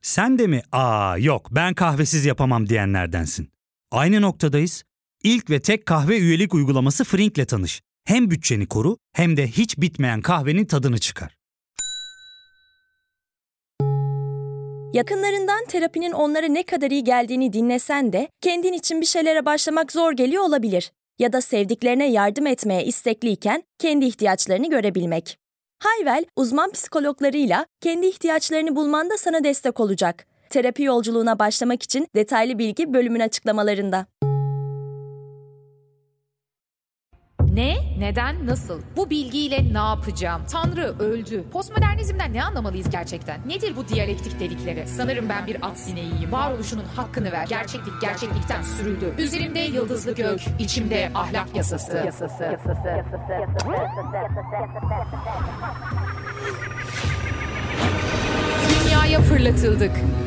Sen de mi yok ben kahvesiz yapamam diyenlerdensin? Aynı noktadayız. İlk ve tek kahve üyelik uygulaması Frink'le tanış. Hem bütçeni koru hem de hiç bitmeyen kahvenin tadını çıkar. Yakınlarından terapinin onlara ne kadar iyi geldiğini dinlesen de kendin için bir şeylere başlamak zor geliyor olabilir. Ya da sevdiklerine yardım etmeye istekliyken kendi ihtiyaçlarını görebilmek. Hayvel, uzman psikologlarıyla kendi ihtiyaçlarını bulmanda sana destek olacak. Terapi yolculuğuna başlamak için detaylı bilgi bölümün açıklamalarında. Ne? Neden? Nasıl? Bu bilgiyle ne yapacağım? Tanrı öldü. Postmodernizmden ne anlamalıyız gerçekten? Nedir bu diyalektik dedikleri? Sanırım ben bir at sineğiyim. Varoluşunun hakkını ver. Gerçeklik gerçeklikten sürüldü. Üzerimde yıldızlı gök, içimde ahlak yasası. Dünyaya fırlatıldık.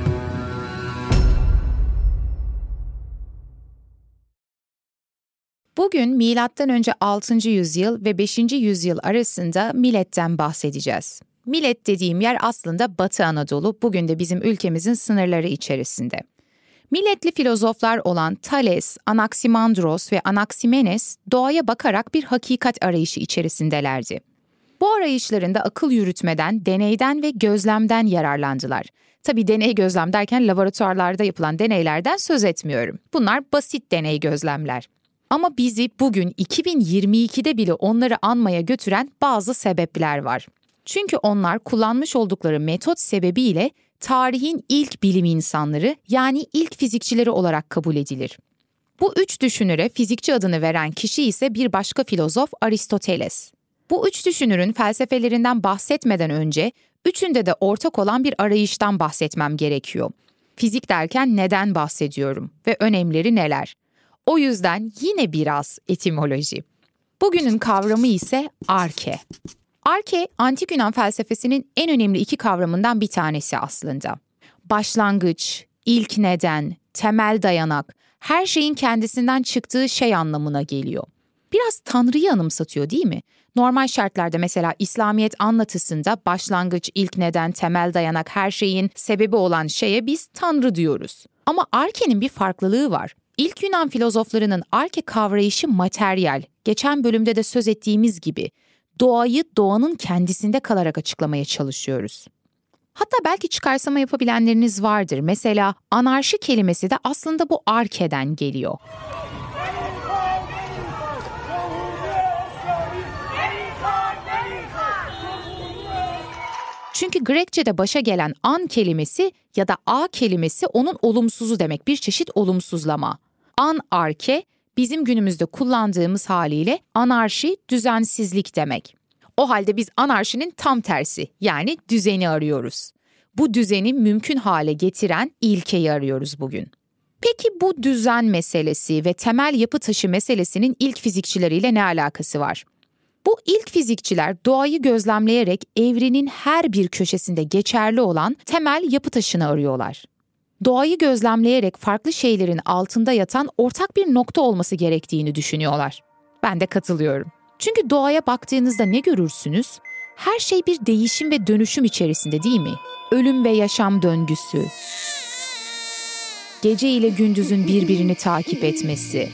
Bugün M.Ö. 6. yüzyıl ve 5. yüzyıl arasında Milet'ten bahsedeceğiz. Milet dediğim yer aslında Batı Anadolu, bugün de bizim ülkemizin sınırları içerisinde. Miletli filozoflar olan Thales, Anaximandros ve Anaximenes doğaya bakarak bir hakikat arayışı içerisindelerdi. Bu arayışlarında akıl yürütmeden, deneyden ve gözlemden yararlandılar. Tabii deney gözlem derken laboratuvarlarda yapılan deneylerden söz etmiyorum. Bunlar basit deney gözlemler. Ama bizi bugün 2022'de bile onları anmaya götüren bazı sebepler var. Çünkü onlar kullanmış oldukları metot sebebiyle tarihin ilk bilim insanları, yani ilk fizikçileri olarak kabul edilir. Bu üç düşünüre fizikçi adını veren kişi ise bir başka filozof Aristoteles. Bu üç düşünürün felsefelerinden bahsetmeden önce üçünde de ortak olan bir arayıştan bahsetmem gerekiyor. Fizik derken neden bahsediyorum ve önemleri neler? O yüzden yine biraz etimoloji. Bugünün kavramı ise arke. Arke, Antik Yunan felsefesinin en önemli iki kavramından bir tanesi aslında. Başlangıç, ilk neden, temel dayanak, her şeyin kendisinden çıktığı şey anlamına geliyor. Biraz Tanrı'yı anımsatıyor değil mi? Normal şartlarda mesela İslamiyet anlatısında başlangıç, ilk neden, temel dayanak, her şeyin sebebi olan şeye biz Tanrı diyoruz. Ama arkenin bir farklılığı var. İlk Yunan filozoflarının arke kavrayışı materyal, geçen bölümde de söz ettiğimiz gibi doğayı doğanın kendisinde kalarak açıklamaya çalışıyoruz. Hatta belki çıkarsama yapabilenleriniz vardır. Mesela anarşi kelimesi de aslında bu arkeden geliyor. Çünkü Grekçe'de başa gelen an kelimesi ya da a kelimesi onun olumsuzu demek, bir çeşit olumsuzlama. Anarke, bizim günümüzde kullandığımız haliyle anarşi, düzensizlik demek. O halde biz anarşinin tam tersi, yani düzeni arıyoruz. Bu düzeni mümkün hale getiren ilkeyi arıyoruz bugün. Peki bu düzen meselesi ve temel yapı taşı meselesinin ilk fizikçileriyle ne alakası var? Bu ilk fizikçiler doğayı gözlemleyerek evrenin her bir köşesinde geçerli olan temel yapı taşını arıyorlar. Doğayı gözlemleyerek farklı şeylerin altında yatan ortak bir nokta olması gerektiğini düşünüyorlar. Ben de katılıyorum. Çünkü doğaya baktığınızda ne görürsünüz? Her şey bir değişim ve dönüşüm içerisinde değil mi? Ölüm ve yaşam döngüsü, gece ile gündüzün birbirini takip etmesi,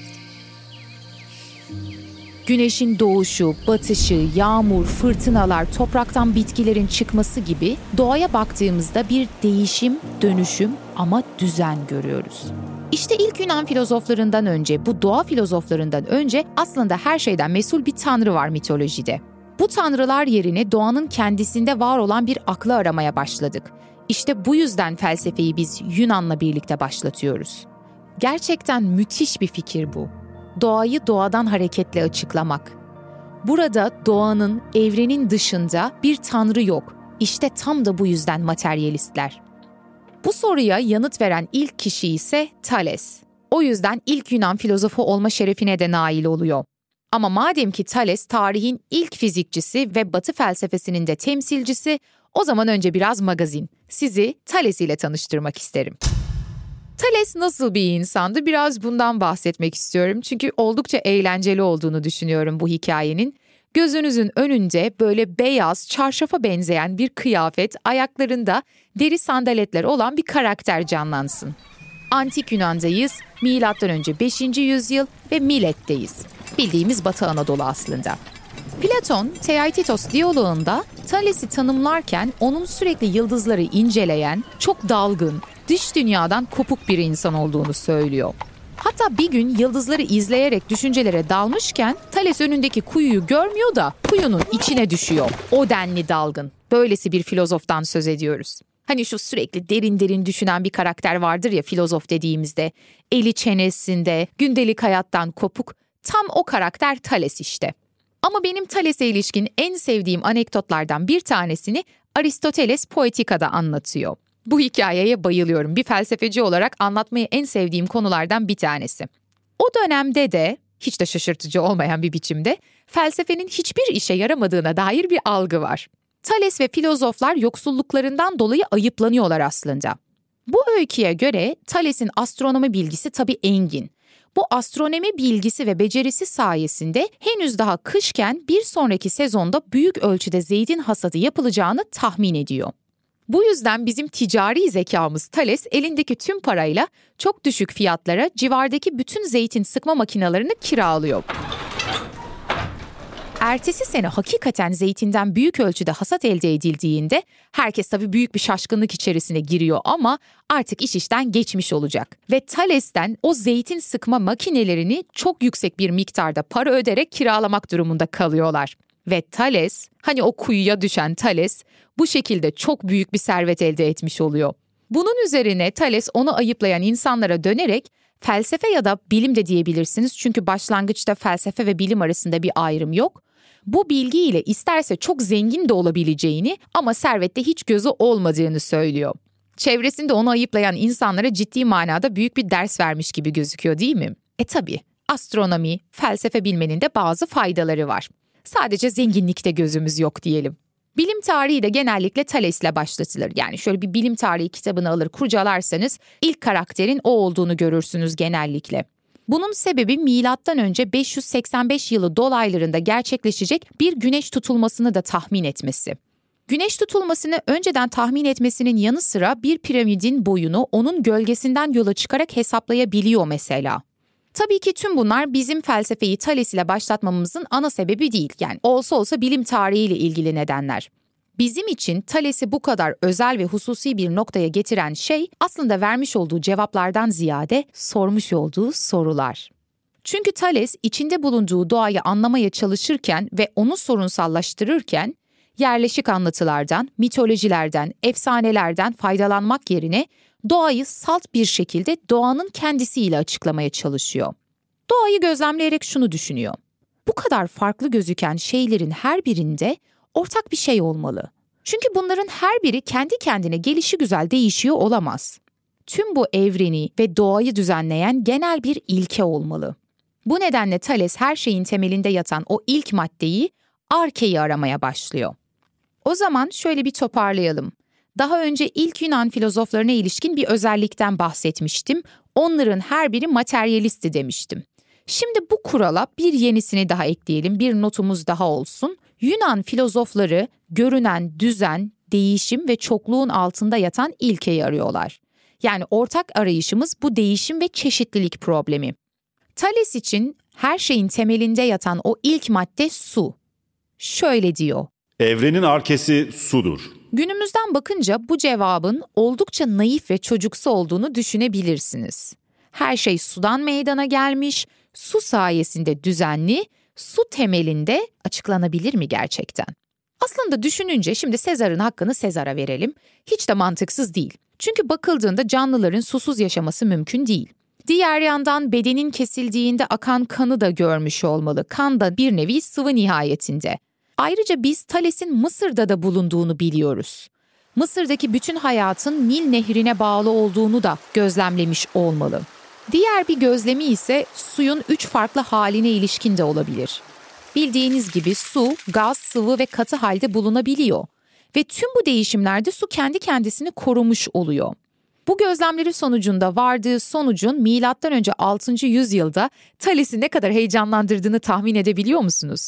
güneşin doğuşu, batışı, yağmur, fırtınalar, topraktan bitkilerin çıkması gibi doğaya baktığımızda bir değişim, dönüşüm ama düzen görüyoruz. İşte ilk Yunan filozoflarından önce, bu doğa filozoflarından önce aslında her şeyden mesul bir tanrı var mitolojide. Bu tanrılar yerine doğanın kendisinde var olan bir aklı aramaya başladık. İşte bu yüzden felsefeyi biz Yunan'la birlikte başlatıyoruz. Gerçekten müthiş bir fikir bu. Doğayı doğadan hareketle açıklamak. Burada doğanın, evrenin dışında bir tanrı yok. İşte tam da bu yüzden materyalistler. Bu soruya yanıt veren ilk kişi ise Thales. O yüzden ilk Yunan filozofu olma şerefine de nail oluyor. Ama madem ki Thales tarihin ilk fizikçisi ve Batı felsefesinin de temsilcisi, o zaman önce biraz magazin. Sizi Thales ile tanıştırmak isterim. Thales nasıl bir insandı? Biraz bundan bahsetmek istiyorum. Çünkü oldukça eğlenceli olduğunu düşünüyorum bu hikayenin. Gözünüzün önünde böyle beyaz, çarşafa benzeyen bir kıyafet, ayaklarında deri sandaletler olan bir karakter canlansın. Antik Yunan'dayız, M.Ö. 5. yüzyıl ve Milet'teyiz. Bildiğimiz Batı Anadolu aslında. Platon, Theaetetos diyaloğunda Thales'i tanımlarken onun sürekli yıldızları inceleyen, çok dalgın, dış dünyadan kopuk bir insan olduğunu söylüyor. Hatta bir gün yıldızları izleyerek düşüncelere dalmışken Thales önündeki kuyuyu görmüyor da kuyunun içine düşüyor. O denli dalgın. Böylesi bir filozoftan söz ediyoruz. Hani şu sürekli derin derin düşünen bir karakter vardır ya filozof dediğimizde. Eli çenesinde, gündelik hayattan kopuk. Tam o karakter Thales işte. Ama benim Thales'e ilişkin en sevdiğim anekdotlardan bir tanesini Aristoteles Poetika'da anlatıyor. Bu hikayeye bayılıyorum. Bir felsefeci olarak anlatmayı en sevdiğim konulardan bir tanesi. O dönemde de, hiç de şaşırtıcı olmayan bir biçimde, felsefenin hiçbir işe yaramadığına dair bir algı var. Thales ve filozoflar yoksulluklarından dolayı ayıplanıyorlar aslında. Bu öyküye göre Thales'in astronomi bilgisi tabii engin. Bu astronomi bilgisi ve becerisi sayesinde henüz daha kışken bir sonraki sezonda büyük ölçüde zeytin hasadı yapılacağını tahmin ediyor. Bu yüzden bizim ticari zekamız Thales elindeki tüm parayla çok düşük fiyatlara civardaki bütün zeytin sıkma makinelerini kiralıyor. Ertesi sene hakikaten zeytinden büyük ölçüde hasat elde edildiğinde herkes tabii büyük bir şaşkınlık içerisine giriyor ama artık iş işten geçmiş olacak. Ve Thales'ten o zeytin sıkma makinelerini çok yüksek bir miktarda para öderek kiralamak durumunda kalıyorlar. Ve Thales, hani o kuyuya düşen Thales, bu şekilde çok büyük bir servet elde etmiş oluyor. Bunun üzerine Thales onu ayıplayan insanlara dönerek felsefe ya da bilim de diyebilirsiniz çünkü başlangıçta felsefe ve bilim arasında bir ayrım yok. Bu bilgiyle isterse çok zengin de olabileceğini ama servette hiç gözü olmadığını söylüyor. Çevresinde onu ayıplayan insanlara ciddi manada büyük bir ders vermiş gibi gözüküyor değil mi? Tabii astronomi, felsefe bilmenin de bazı faydaları var. Sadece zenginlikte gözümüz yok diyelim. Bilim tarihi de genellikle Thales'le başlatılır. Yani şöyle bir bilim tarihi kitabını alır kurcalarsanız ilk karakterin o olduğunu görürsünüz genellikle. Bunun sebebi M.Ö. 585 yılı dolaylarında gerçekleşecek bir güneş tutulmasını da tahmin etmesi. Güneş tutulmasını önceden tahmin etmesinin yanı sıra bir piramidin boyunu onun gölgesinden yola çıkarak hesaplayabiliyor mesela. Tabii ki tüm bunlar bizim felsefeyi Thales ile başlatmamızın ana sebebi değil. Yani olsa bilim tarihiyle ilgili nedenler. Bizim için Thales'i bu kadar özel ve hususi bir noktaya getiren şey aslında vermiş olduğu cevaplardan ziyade sormuş olduğu sorular. Çünkü Thales içinde bulunduğu doğayı anlamaya çalışırken ve onu sorunsallaştırırken yerleşik anlatılardan, mitolojilerden, efsanelerden faydalanmak yerine doğayı salt bir şekilde doğanın kendisiyle açıklamaya çalışıyor. Doğayı gözlemleyerek şunu düşünüyor. Bu kadar farklı gözüken şeylerin her birinde ortak bir şey olmalı. Çünkü bunların her biri kendi kendine gelişigüzel değişiyor olamaz. Tüm bu evreni ve doğayı düzenleyen genel bir ilke olmalı. Bu nedenle Thales her şeyin temelinde yatan o ilk maddeyi, arkeyi aramaya başlıyor. O zaman şöyle bir toparlayalım. Daha önce ilk Yunan filozoflarına ilişkin bir özellikten bahsetmiştim. Onların her biri materyalistti demiştim. Şimdi bu kurala bir yenisini daha ekleyelim, bir notumuz daha olsun. Yunan filozofları görünen düzen, değişim ve çokluğun altında yatan ilkeyi arıyorlar. Yani ortak arayışımız bu değişim ve çeşitlilik problemi. Thales için her şeyin temelinde yatan o ilk madde su. Şöyle diyor. Evrenin arkesi sudur. Günümüzden bakınca bu cevabın oldukça naif ve çocuksu olduğunu düşünebilirsiniz. Her şey sudan meydana gelmiş, su sayesinde düzenli, su temelinde açıklanabilir mi gerçekten? Aslında düşününce şimdi Sezar'ın hakkını Sezar'a verelim. Hiç de mantıksız değil. Çünkü bakıldığında canlıların susuz yaşaması mümkün değil. Diğer yandan bedenin kesildiğinde akan kanı da görmüş olmalı. Kan da bir nevi sıvı nihayetinde. Ayrıca biz Thales'in Mısır'da da bulunduğunu biliyoruz. Mısır'daki bütün hayatın Nil Nehri'ne bağlı olduğunu da gözlemlemiş olmalı. Diğer bir gözlemi ise suyun 3 farklı haline ilişkin de olabilir. Bildiğiniz gibi su, gaz, sıvı ve katı halde bulunabiliyor. Ve tüm bu değişimlerde su kendi kendisini korumuş oluyor. Bu gözlemleri sonucunda vardığı sonucun M.Ö. 6. yüzyılda Thales'i ne kadar heyecanlandırdığını tahmin edebiliyor musunuz?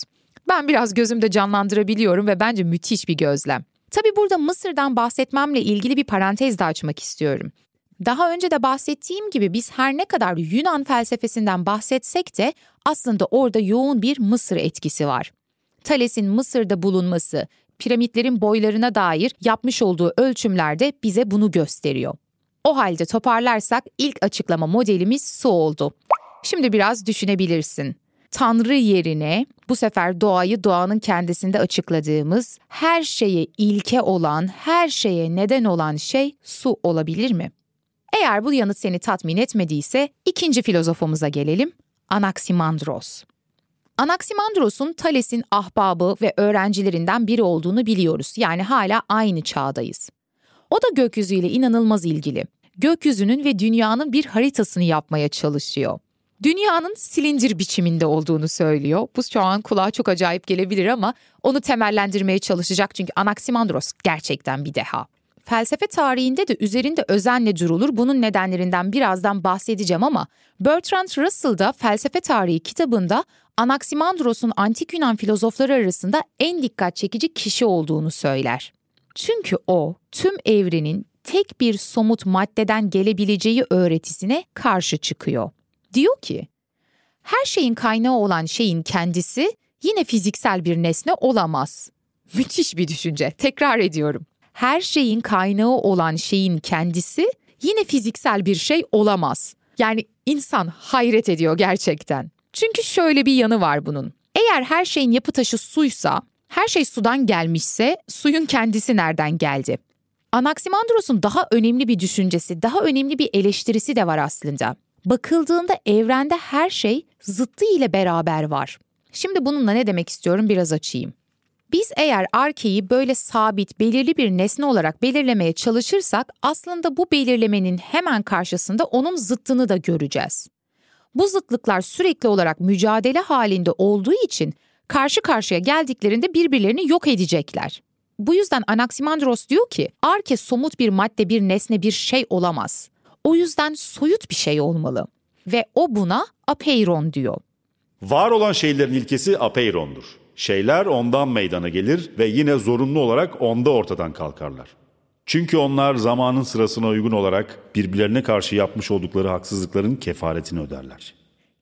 Ben biraz gözümde canlandırabiliyorum ve bence müthiş bir gözlem. Tabii burada Mısır'dan bahsetmemle ilgili bir parantez de açmak istiyorum. Daha önce de bahsettiğim gibi biz her ne kadar Yunan felsefesinden bahsetsek de aslında orada yoğun bir Mısır etkisi var. Thales'in Mısır'da bulunması, piramitlerin boylarına dair yapmış olduğu ölçümler de bize bunu gösteriyor. O halde toparlarsak ilk açıklama modelimiz su oldu. Şimdi biraz düşünebilirsin. Tanrı yerine bu sefer doğayı doğanın kendisinde açıkladığımız, her şeye ilke olan, her şeye neden olan şey su olabilir mi? Eğer bu yanıt seni tatmin etmediyse ikinci filozofumuza gelelim, Anaximandros. Anaximandros'un Thales'in ahbabı ve öğrencilerinden biri olduğunu biliyoruz. Yani hala aynı çağdayız. O da gökyüzüyle inanılmaz ilgili. Gökyüzünün ve dünyanın bir haritasını yapmaya çalışıyor. Dünyanın silindir biçiminde olduğunu söylüyor. Bu şu an kulağa çok acayip gelebilir ama onu temellendirmeye çalışacak çünkü Anaximandros gerçekten bir deha. Felsefe tarihinde de üzerinde özenle durulur. Bunun nedenlerinden birazdan bahsedeceğim ama Bertrand Russell da Felsefe Tarihi kitabında Anaximandros'un antik Yunan filozofları arasında en dikkat çekici kişi olduğunu söyler. Çünkü o tüm evrenin tek bir somut maddeden gelebileceği öğretisine karşı çıkıyor. Diyor ki, her şeyin kaynağı olan şeyin kendisi yine fiziksel bir nesne olamaz. Müthiş bir düşünce, tekrar ediyorum. Her şeyin kaynağı olan şeyin kendisi yine fiziksel bir şey olamaz. Yani insan hayret ediyor gerçekten. Çünkü şöyle bir yanı var bunun. Eğer her şeyin yapı taşı suysa, her şey sudan gelmişse suyun kendisi nereden geldi? Anaximandros'un daha önemli bir düşüncesi, daha önemli bir eleştirisi de var aslında. Bakıldığında evrende her şey zıttı ile beraber var. Şimdi bununla ne demek istiyorum biraz açayım. Biz eğer arkeyi böyle sabit, belirli bir nesne olarak belirlemeye çalışırsak aslında bu belirlemenin hemen karşısında onun zıttını da göreceğiz. Bu zıtlıklar sürekli olarak mücadele halinde olduğu için karşı karşıya geldiklerinde birbirlerini yok edecekler. Bu yüzden Anaximandros diyor ki arke somut bir madde, bir nesne, bir şey olamaz. O yüzden soyut bir şey olmalı ve o buna apeiron diyor. Var olan şeylerin ilkesi apeirondur. Şeyler ondan meydana gelir ve yine zorunlu olarak onda ortadan kalkarlar. Çünkü onlar zamanın sırasına uygun olarak birbirlerine karşı yapmış oldukları haksızlıkların kefaretini öderler.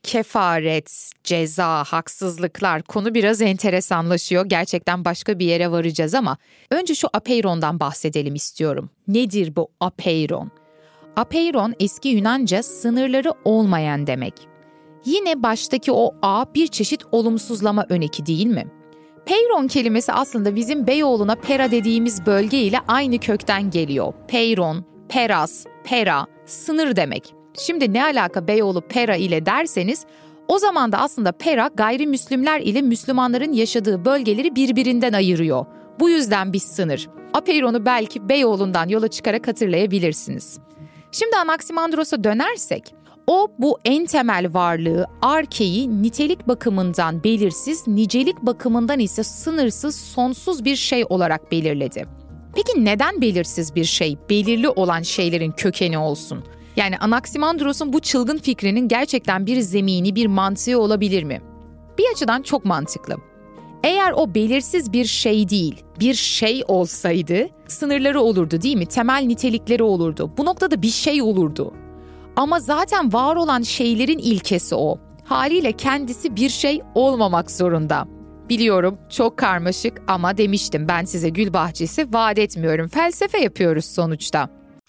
Kefaret, ceza, haksızlıklar konu biraz enteresanlaşıyor. Gerçekten başka bir yere varacağız ama önce şu apeirondan bahsedelim istiyorum. Nedir bu apeiron? Apeiron eski Yunanca sınırları olmayan demek. Yine baştaki o a bir çeşit olumsuzlama öneki değil mi? Peiron kelimesi aslında bizim Beyoğlu'na Pera dediğimiz bölge ile aynı kökten geliyor. Peiron, Peras, Pera, sınır demek. Şimdi ne alaka Beyoğlu Pera ile derseniz, o zaman da aslında Pera gayrimüslimler ile Müslümanların yaşadığı bölgeleri birbirinden ayırıyor. Bu yüzden bir sınır. Apeiron'u belki Beyoğlu'ndan yola çıkarak hatırlayabilirsiniz. Şimdi Anaximandros'a dönersek, o bu en temel varlığı, arkeyi nitelik bakımından belirsiz, nicelik bakımından ise sınırsız, sonsuz bir şey olarak belirledi. Peki neden belirsiz bir şey, belirli olan şeylerin kökeni olsun? Yani Anaximandros'un bu çılgın fikrinin gerçekten bir zemini, bir mantığı olabilir mi? Bir açıdan çok mantıklı. Eğer o belirsiz bir şey değil, bir şey olsaydı, sınırları olurdu değil mi? Temel nitelikleri olurdu. Bu noktada bir şey olurdu. Ama zaten var olan şeylerin ilkesi o. Haliyle kendisi bir şey olmamak zorunda. Biliyorum çok karmaşık ama demiştim ben size gül bahçesi vaat etmiyorum. Felsefe yapıyoruz sonuçta.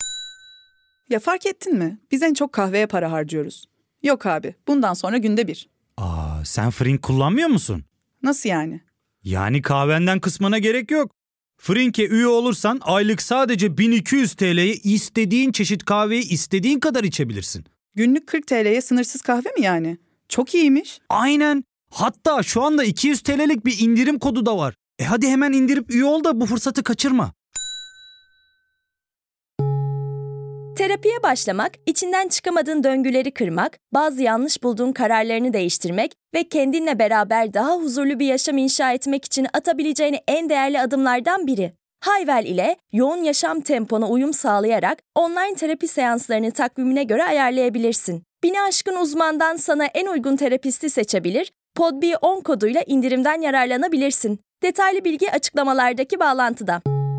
Ya fark ettin mi? Biz en çok kahveye para harcıyoruz. Yok abi, bundan sonra günde bir. Sen Frink kullanmıyor musun? Nasıl yani? Yani kahvenden kısmına gerek yok. Frink'e üye olursan aylık sadece 1200 TL'ye istediğin çeşit kahveyi istediğin kadar içebilirsin. Günlük 40 TL'ye sınırsız kahve mi yani? Çok iyiymiş. Aynen. Hatta şu anda 200 TL'lik bir indirim kodu da var. Hadi hemen indirip üye ol da bu fırsatı kaçırma. Terapiye başlamak, içinden çıkamadığın döngüleri kırmak, bazı yanlış bulduğun kararlarını değiştirmek ve kendinle beraber daha huzurlu bir yaşam inşa etmek için atabileceğin en değerli adımlardan biri. Hayvel ile yoğun yaşam tempona uyum sağlayarak online terapi seanslarını takvimine göre ayarlayabilirsin. 1000'i aşkın uzmandan sana en uygun terapisti seçebilir, PodB10 koduyla indirimden yararlanabilirsin. Detaylı bilgi açıklamalardaki bağlantıda.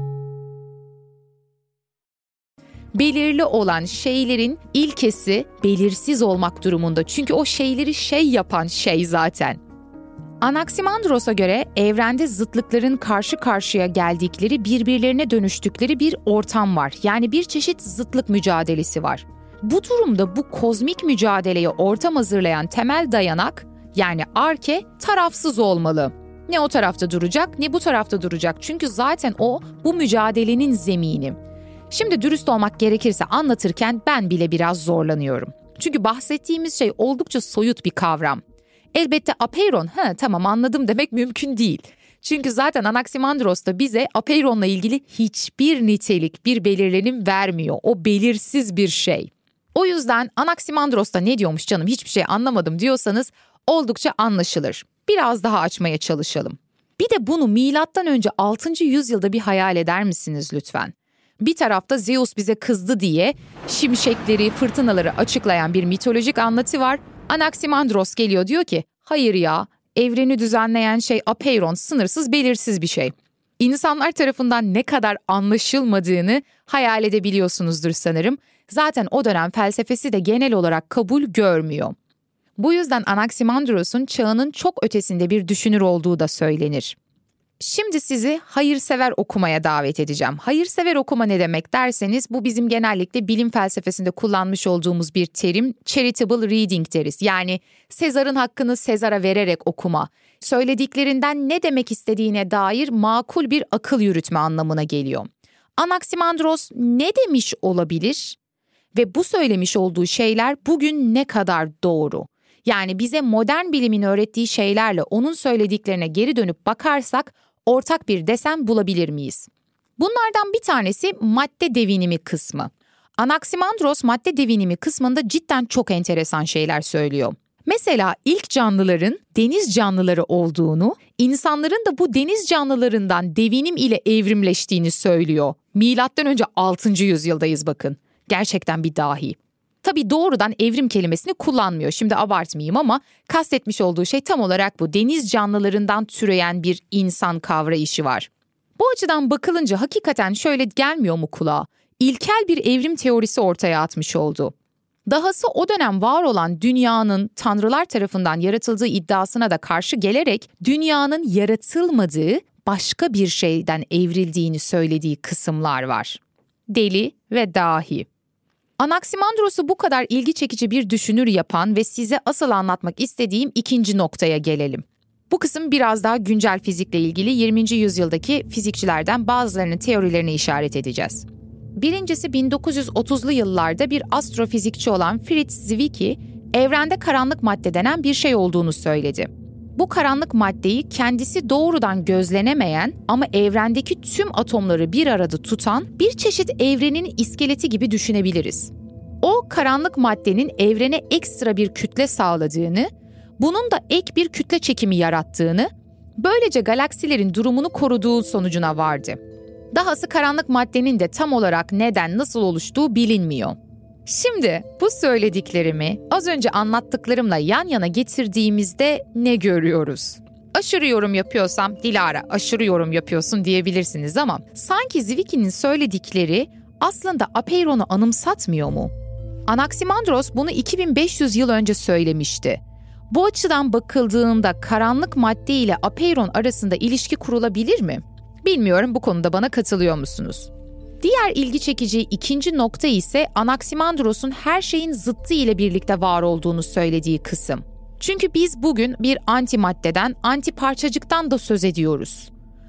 Belirli olan şeylerin ilkesi belirsiz olmak durumunda. Çünkü o şeyleri şey yapan şey zaten. Anaximandros'a göre evrende zıtlıkların karşı karşıya geldikleri, birbirlerine dönüştükleri bir ortam var. Yani bir çeşit zıtlık mücadelesi var. Bu durumda bu kozmik mücadeleye ortam hazırlayan temel dayanak, yani arke, tarafsız olmalı. Ne o tarafta duracak ne bu tarafta duracak. Çünkü zaten o bu mücadelenin zemini. Şimdi dürüst olmak gerekirse anlatırken ben bile biraz zorlanıyorum. Çünkü bahsettiğimiz şey oldukça soyut bir kavram. Elbette apeiron, tamam anladım demek mümkün değil. Çünkü zaten Anaximandros da bize apeironla ilgili hiçbir nitelik, bir belirlenim vermiyor. O belirsiz bir şey. O yüzden Anaximandros da ne diyormuş canım hiçbir şey anlamadım diyorsanız oldukça anlaşılır. Biraz daha açmaya çalışalım. Bir de bunu milattan önce 6. yüzyılda bir hayal eder misiniz lütfen? Bir tarafta Zeus bize kızdı diye şimşekleri, fırtınaları açıklayan bir mitolojik anlatı var. Anaximandros geliyor diyor ki, hayır ya, evreni düzenleyen şey apeiron, sınırsız, belirsiz bir şey. İnsanlar tarafından ne kadar anlaşılmadığını hayal edebiliyorsunuzdur sanırım. Zaten o dönem felsefesi de genel olarak kabul görmüyor. Bu yüzden Anaximandros'un çağının çok ötesinde bir düşünür olduğu da söylenir. Şimdi sizi hayırsever okumaya davet edeceğim. Hayırsever okuma ne demek derseniz bu bizim genellikle bilim felsefesinde kullanmış olduğumuz bir terim, charitable reading deriz. Yani Sezar'ın hakkını Sezar'a vererek okuma. Söylediklerinden ne demek istediğine dair makul bir akıl yürütme anlamına geliyor. Anaximandros ne demiş olabilir? Ve bu söylemiş olduğu şeyler bugün ne kadar doğru? Yani bize modern bilimin öğrettiği şeylerle onun söylediklerine geri dönüp bakarsak ortak bir desen bulabilir miyiz? Bunlardan bir tanesi madde devinimi kısmı. Anaximandros madde devinimi kısmında cidden çok enteresan şeyler söylüyor. Mesela ilk canlıların deniz canlıları olduğunu, insanların da bu deniz canlılarından devinim ile evrimleştiğini söylüyor. Milattan önce 6. yüzyıldayız bakın. Gerçekten bir dahi. Tabii doğrudan evrim kelimesini kullanmıyor. Şimdi abartmayayım ama kastetmiş olduğu şey tam olarak bu. Deniz canlılarından türeyen bir insan kavrayışı var. Bu açıdan bakılınca hakikaten şöyle gelmiyor mu kulağa? İlkel bir evrim teorisi ortaya atmış oldu. Dahası o dönem var olan dünyanın tanrılar tarafından yaratıldığı iddiasına da karşı gelerek dünyanın yaratılmadığı başka bir şeyden evrildiğini söylediği kısımlar var. Deli ve dahi. Anaximandros'u bu kadar ilgi çekici bir düşünür yapan ve size asıl anlatmak istediğim ikinci noktaya gelelim. Bu kısım biraz daha güncel fizikle ilgili 20. yüzyıldaki fizikçilerden bazılarının teorilerine işaret edeceğiz. Birincisi 1930'lu yıllarda bir astrofizikçi olan Fritz Zwicky, evrende karanlık madde denen bir şey olduğunu söyledi. Bu karanlık maddeyi kendisi doğrudan gözlenemeyen ama evrendeki tüm atomları bir arada tutan bir çeşit evrenin iskeleti gibi düşünebiliriz. O karanlık maddenin evrene ekstra bir kütle sağladığını, bunun da ek bir kütle çekimi yarattığını, böylece galaksilerin durumunu koruduğu sonucuna vardı. Dahası karanlık maddenin de tam olarak neden, nasıl oluştuğu bilinmiyor. Şimdi bu söylediklerimi az önce anlattıklarımla yan yana getirdiğimizde ne görüyoruz? Aşırı yorum yapıyorsam Dilara aşırı yorum yapıyorsun diyebilirsiniz ama sanki Zwicky'nin söyledikleri aslında apeiron'u anımsatmıyor mu? Anaximandros bunu 2500 yıl önce söylemişti. Bu açıdan bakıldığında karanlık madde ile apeiron arasında ilişki kurulabilir mi? Bilmiyorum, bu konuda bana katılıyor musunuz? Diğer ilgi çekici ikinci nokta ise Anaximandros'un her şeyin zıttı ile birlikte var olduğunu söylediği kısım. Çünkü biz bugün bir antimaddeden, antiparçacıktan da söz ediyoruz.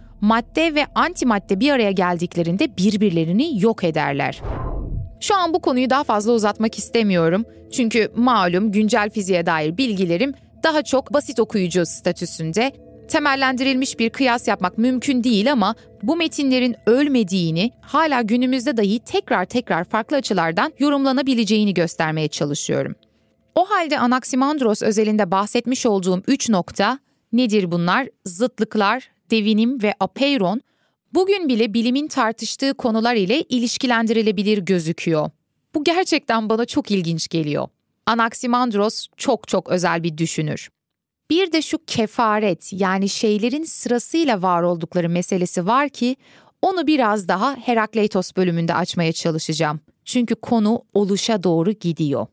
Madde ve antimadde bir araya geldiklerinde birbirlerini yok ederler. Şu an bu konuyu daha fazla uzatmak istemiyorum. Çünkü malum güncel fiziğe dair bilgilerim daha çok basit okuyucu statüsünde. Temellendirilmiş bir kıyas yapmak mümkün değil ama bu metinlerin ölmediğini, hala günümüzde dahi tekrar farklı açılardan yorumlanabileceğini göstermeye çalışıyorum. O halde Anaximandros özelinde bahsetmiş olduğum 3 nokta nedir bunlar? Zıtlıklar, devinim ve apeiron bugün bile bilimin tartıştığı konular ile ilişkilendirilebilir gözüküyor. Bu gerçekten bana çok ilginç geliyor. Anaximandros çok özel bir düşünür. Bir de şu kefaret, yani şeylerin sırasıyla var oldukları meselesi var ki onu biraz daha Herakleitos bölümünde açmaya çalışacağım. Çünkü konu oluşa doğru gidiyor.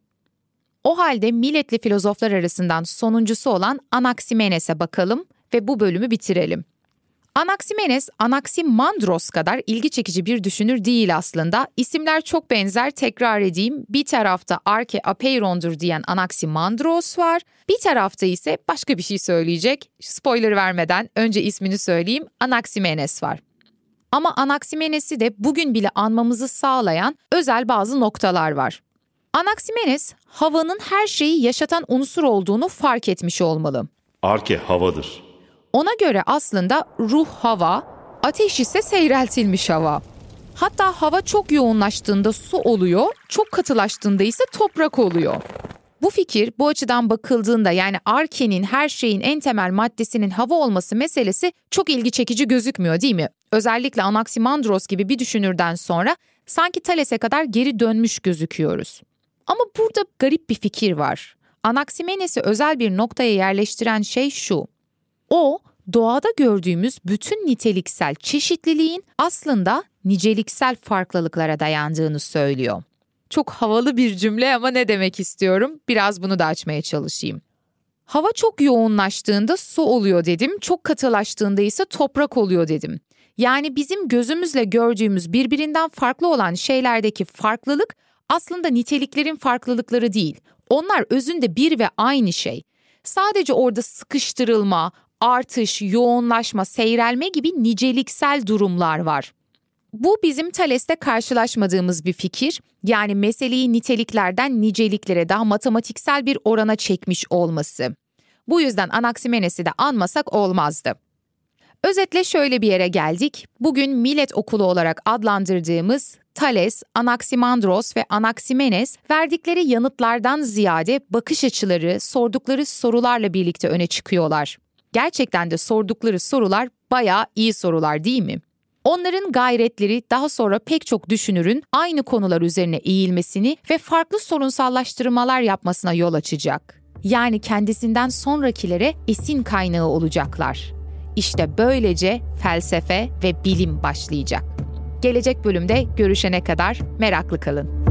O halde Miletli filozoflar arasından sonuncusu olan Anaximenes'e bakalım ve bu bölümü bitirelim. Anaximenes, Anaximandros kadar ilgi çekici bir düşünür değil aslında. İsimler çok benzer, tekrar edeyim. Bir tarafta Arke Apeiron'dur diyen Anaximandros var. Bir tarafta ise başka bir şey söyleyecek. Spoiler vermeden önce ismini söyleyeyim. Anaximenes var. Ama Anaximenes'i de bugün bile anmamızı sağlayan özel bazı noktalar var. Anaximenes, havanın her şeyi yaşatan unsur olduğunu fark etmiş olmalı. Arke havadır. Ona göre aslında ruh hava, ateş ise seyreltilmiş hava. Hatta hava çok yoğunlaştığında su oluyor, çok katılaştığında ise toprak oluyor. Bu fikir bu açıdan bakıldığında, yani Arke'nin, her şeyin en temel maddesinin hava olması meselesi çok ilgi çekici gözükmüyor değil mi? Özellikle Anaximandros gibi bir düşünürden sonra sanki Thales'e kadar geri dönmüş gözüküyoruz. Ama burada garip bir fikir var. Anaximenes'i özel bir noktaya yerleştiren şey şu: o, doğada gördüğümüz bütün niteliksel çeşitliliğin aslında niceliksel farklılıklara dayandığını söylüyor. Çok havalı bir cümle ama ne demek istiyorum? Biraz bunu da açmaya çalışayım. Hava çok yoğunlaştığında su oluyor dedim, çok katılaştığında ise toprak oluyor dedim. Yani bizim gözümüzle gördüğümüz birbirinden farklı olan şeylerdeki farklılık aslında niteliklerin farklılıkları değil. Onlar özünde bir ve aynı şey. Sadece orada sıkıştırılma, artış, yoğunlaşma, seyrelme gibi niceliksel durumlar var. Bu bizim Thales'te karşılaşmadığımız bir fikir. Yani meseleyi niteliklerden niceliklere, daha matematiksel bir orana çekmiş olması. Bu yüzden Anaximenes'i de anmasak olmazdı. Özetle şöyle bir yere geldik. Bugün Millet Okulu olarak adlandırdığımız Thales, Anaximandros ve Anaximenes verdikleri yanıtlardan ziyade bakış açıları, sordukları sorularla birlikte öne çıkıyorlar. Gerçekten de sordukları sorular bayağı iyi sorular değil mi? Onların gayretleri daha sonra pek çok düşünürün aynı konular üzerine eğilmesini ve farklı sorunsallaştırmalar yapmasına yol açacak. Yani kendisinden sonrakilere esin kaynağı olacaklar. İşte böylece felsefe ve bilim başlayacak. Gelecek bölümde görüşene kadar meraklı kalın.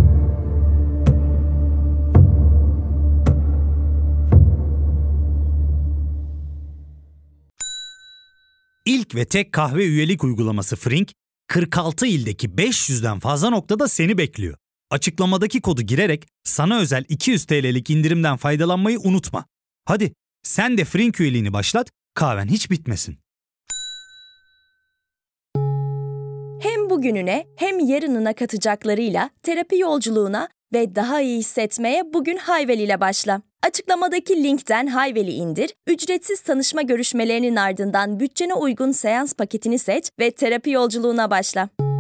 İlk ve tek kahve üyelik uygulaması Frink, 46 ildeki 500'den fazla noktada seni bekliyor. Açıklamadaki kodu girerek sana özel 200 TL'lik indirimden faydalanmayı unutma. Hadi sen de Frink üyeliğini başlat, kahven hiç bitmesin. Hem bugününe hem yarınına katacaklarıyla terapi yolculuğuna ve daha iyi hissetmeye bugün Hayvel ile başla. Açıklamadaki linkten Hayvel'i indir, ücretsiz tanışma görüşmelerinin ardından bütçene uygun seans paketini seç ve terapi yolculuğuna başla.